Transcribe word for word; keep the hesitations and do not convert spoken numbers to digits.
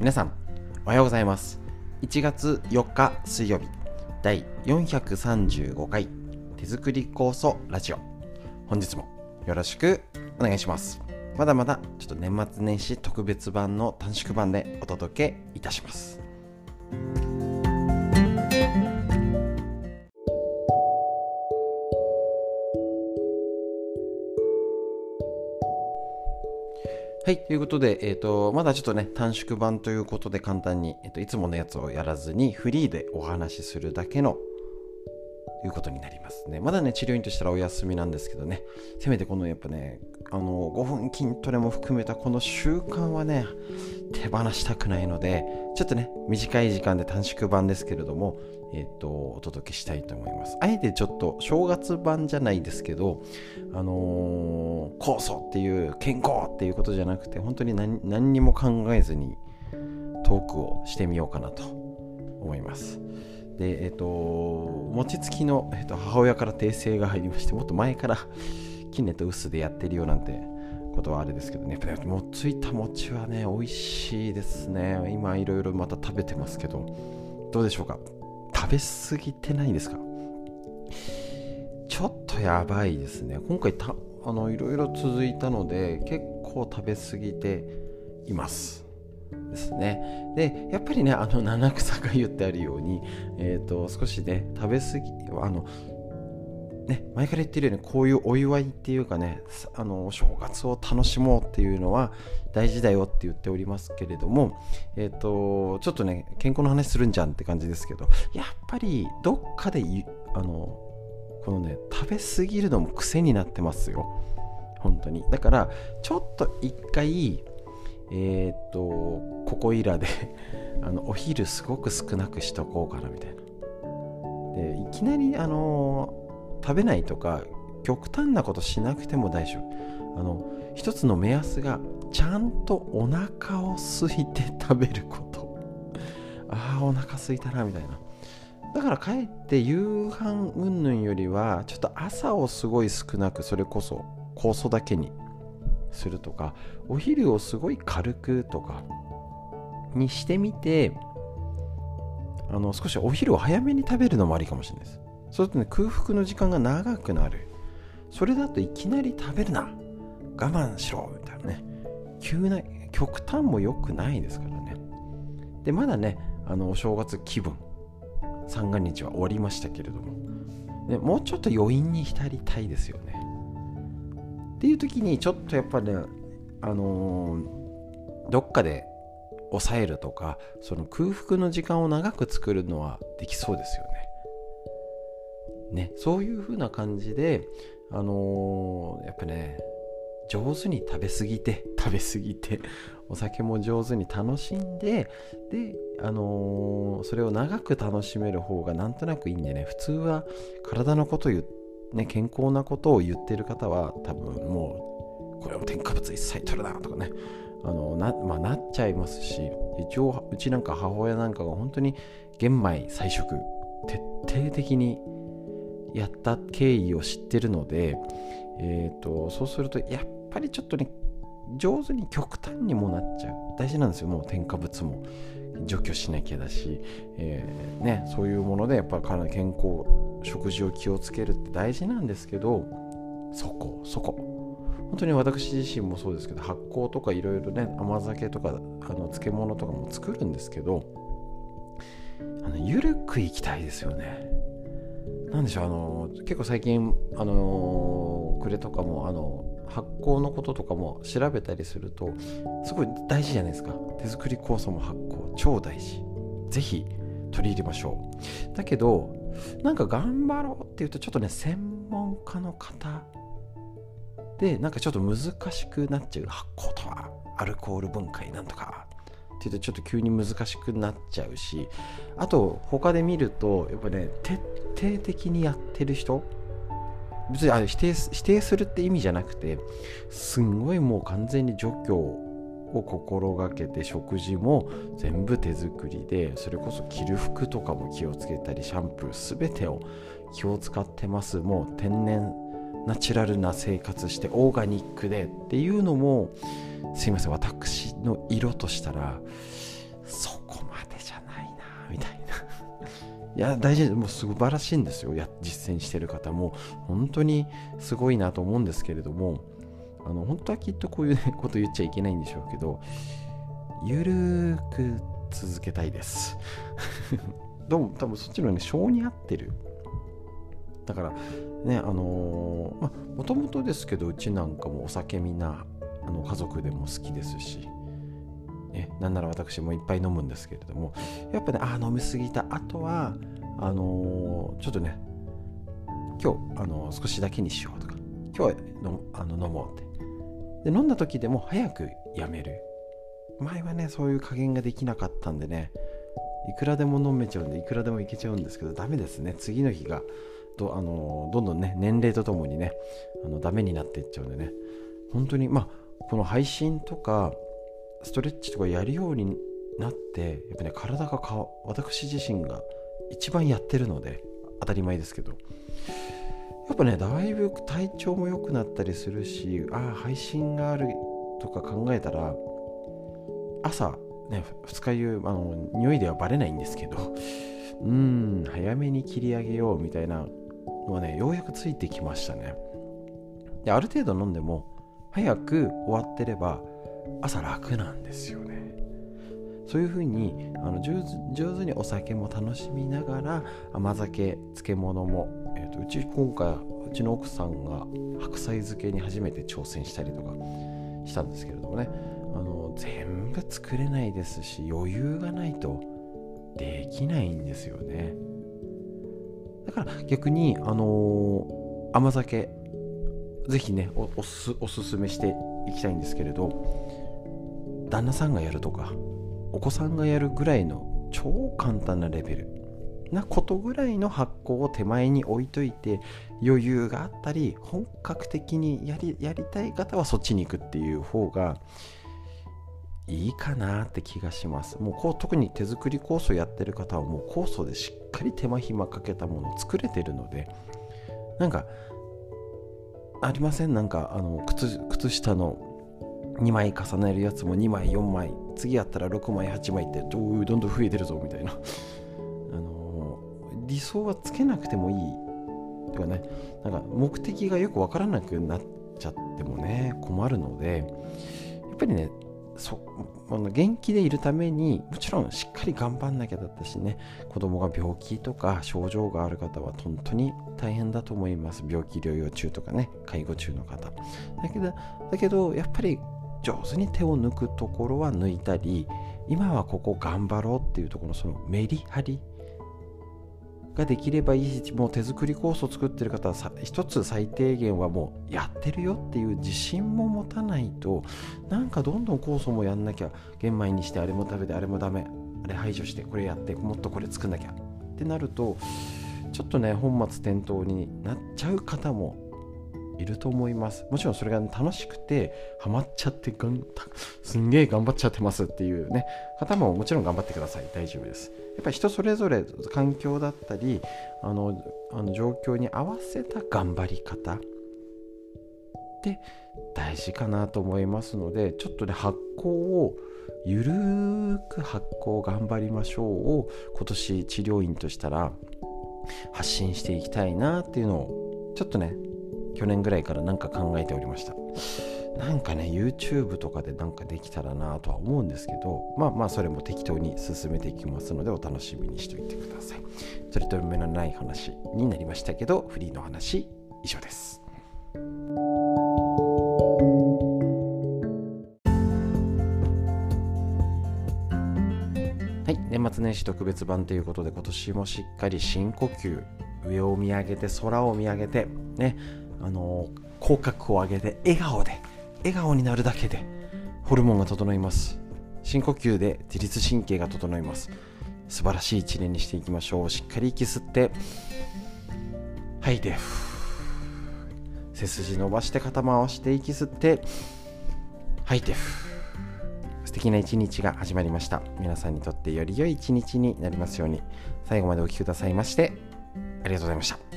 皆さんおはようございます。いちがつよっか水曜日、だいよんひゃくさんじゅうごかい手作り酵素ラジオ、本日もよろしくお願いします。まだまだちょっと年末年始特別版の短縮版でお届けいたします。はい、ということで、えーと、まだちょっとね、短縮版ということで簡単に、えーと、いつものやつをやらずにフリーでお話しするだけのということになりますね。まだね、治療院としたらお休みなんですけどね、せめてこのやっぱね、あのごふん筋トレも含めたこの習慣はね、手放したくないので、ちょっとね、短い時間で短縮版ですけれども、えっと、お届けしたいと思います。あえてちょっと正月版じゃないですけど、あのー、酵素っていう健康っていうことじゃなくて、本当に 何, 何にも考えずにトークをしてみようかなと思います。で、えっと、餅つきの、えっと、母親から訂正が入りまして、もっと前からキネとウスでやってるよなんてことはあれですけどね、やっぱりもうついた餅はね、美味しいですね。今いろいろまた食べてますけど、どうでしょうか。食べ過ぎてないですか？ちょっとやばいですね。今回たあのいろいろ続いたので結構食べ過ぎていますですね。でやっぱりね、あの七草が言ってあるように、えーと少しね食べ過ぎあのね前から言ってるように、こういうお祝いっていうかね、あのお正月を楽しもうっていうのは大事だよって言っておりますけれども、えーとちょっとね健康の話するんじゃんって感じですけど、やっぱりどっかであのこのね食べ過ぎるのも癖になってますよ、本当に。だからちょっと一回えっとここいらであのお昼すごく少なくしとこうかなみたいな。でいきなりあの食べないとか極端なことしなくても大丈夫。あの一つの目安がちゃんとお腹を空いて食べること。ああお腹空いたなみたいな。だからかえって夕飯云々よりはちょっと朝をすごい少なく、それこそ酵素だけにするとか、お昼をすごい軽くとかにしてみて、あの少しお昼を早めに食べるのもありかもしれないです。そうするとね、空腹の時間が長くなる。それだといきなり食べるな、我慢しろみたいなね、急な極端も良くないですからね。でまだね、あのお正月気分三が日は終わりましたけれども、ね、もうちょっと余韻に浸りたいですよね。っていう時にちょっとやっぱね、あのー、どっかで抑えるとか、その空腹の時間を長く作るのはできそうですよね。ね、そういう風な感じで、あのー、やっぱね、上手に食べ過ぎて食べ過ぎてお酒も上手に楽しんで、で、あのー、それを長く楽しめる方がなんとなくいいんでね。普通は体のことを言ってね、健康なことを言ってる方は多分もうこれを添加物一切取るなとかね、あの な,、まあ、なっちゃいますし、一応うちなんか母親なんかが本当に玄米菜食徹底的にやった経緯を知ってるので、えーと、そうするとやっぱりちょっとね、上手に極端にもなっちゃう。大事なんですよ。もう添加物も除去しなきゃだし、えーね、そういうものでやっぱり体健康、食事を気をつけるって大事なんですけど、そこそこ本当に私自身もそうですけど、発酵とかいろいろね、甘酒とかあの漬物とかも作るんですけど、あのゆるくいきたいですよね。なんでしょう、あの結構最近あのクレとかもあの発酵のこととかも調べたりするとすごい大事じゃないですか。手作り酵素も発酵超大事。ぜひ取り入れましょう。だけどなんか頑張ろうっていうとちょっとね、専門家の方でなんかちょっと難しくなっちゃう。発酵とはアルコール分解なんとかっていうとちょっと急に難しくなっちゃうし、あと他で見るとやっぱね、徹底的にやってる人、別にあれ否定、否定するって意味じゃなくて、すんごいもう完全に除去を心がけて、食事も全部手作りで、それこそ着る服とかも気をつけたり、シャンプーすべてを気を使ってます。もう天然ナチュラルな生活してオーガニックでっていうのも、すいません、私の色としたらそこまでじゃないなみたいないや大事、もう素晴らしいんですよ。や実践してる方も本当にすごいなと思うんですけれども、あの本当はきっとこういうこと言っちゃいけないんでしょうけど、ゆるーく続けたいですどうも多分そっちのね性に合ってる。だからね、あのー、まあもともとですけど、うちなんかもお酒みんなあの家族でも好きですし、ね、なんなら私もいっぱい飲むんですけれども、やっぱね、あ飲みすぎた後はあのー、ちょっとね、今日、あのー、少しだけにしようとか、今日はのあの飲もうってで飲んだ時でも早くやめる。前はねそういう加減ができなかったんでね、いくらでも飲めちゃうんでいくらでもいけちゃうんですけど、ダメですね。次の日がど、あのー、どんどんね年齢とともにねあのダメになっていっちゃうんでね、本当にまあこの配信とかストレッチとかやるようになって、やっぱね体がか私自身が一番やってるので当たり前ですけど、やっぱねだいぶ体調も良くなったりするし、ああ配信があるとか考えたら、朝ね二日酔い、あの匂いではバレないんですけど、うーん早めに切り上げようみたいなのはねようやくついてきましたね。である程度飲んでも早く終わってれば朝楽なんですよね。そういう風にあの 上, 上手にお酒も楽しみながら、甘酒漬物も、えー、とうち今回うちの奥さんが白菜漬けに初めて挑戦したりとかしたんですけれどもね、あの全部作れないですし、余裕がないとできないんですよね。だから逆に、あのー、甘酒ぜひね お, お, すおすすめしていきたいんですけれど、旦那さんがやるとかお子さんがやるぐらいの超簡単なレベルなことぐらいの発酵を手前に置いといて、余裕があったり本格的にや り, やりたい方はそっちに行くっていう方がいいかなって気がします。もうこう特に手作り酵素やってる方はもう酵素でしっかり手間暇かけたものを作れてるので、なんかありません？なんかあの 靴, 靴下のにまい重ねるやつもにまいよんまい、次やったらろくまいはちまいってどんどん増えてるぞみたいなあの理想はつけなくてもいいとかね、なんか目的がよくわからなくなっちゃってもね困るので、やっぱりねそあの元気でいるためにもちろんしっかり頑張んなきゃだったしね、子供が病気とか症状がある方は本当に大変だと思います。病気療養中とかね介護中の方だけど、だけどやっぱり上手に手を抜くところは抜いたり、今はここ頑張ろうっていうところのそのメリハリができればいいし、もう手作り酵素を作ってる方はさ一つ最低限はもうやってるよっていう自信も持たないと、なんかどんどん酵素もやんなきゃ、玄米にしてあれも食べてあれもダメ、あれ排除してこれやってもっとこれ作んなきゃってなると、ちょっとね本末転倒になっちゃう方もいると思います。もちろんそれが楽しくてハマっちゃってがんすんげー頑張っちゃってますっていうね方ももちろん頑張ってください。大丈夫です。やっぱり人それぞれ環境だったりあのあの状況に合わせた頑張り方って大事かなと思いますので、ちょっとね発酵をゆるーく発酵頑張りましょうを今年治療院としたら発信していきたいなっていうのをちょっとね去年ぐらいからなんか考えておりました。なんかね YouTube とかでなんかできたらなとは思うんですけど、まあまあそれも適当に進めていきますのでお楽しみにしておいてください。それと目のない話になりましたけど、フリーの話以上です。はい、年末年始特別版ということで、今年もしっかり深呼吸、上を見上げて空を見上げてね、あのー、口角を上げて笑顔で笑顔になるだけでホルモンが整います。深呼吸で自律神経が整います。素晴らしい一年にしていきましょう。しっかり息吸って吐いて、背筋伸ばして肩回して息吸って吐いて、素敵な一日が始まりました。皆さんにとってより良い一日になりますように。最後までお聞きくださいましてありがとうございました。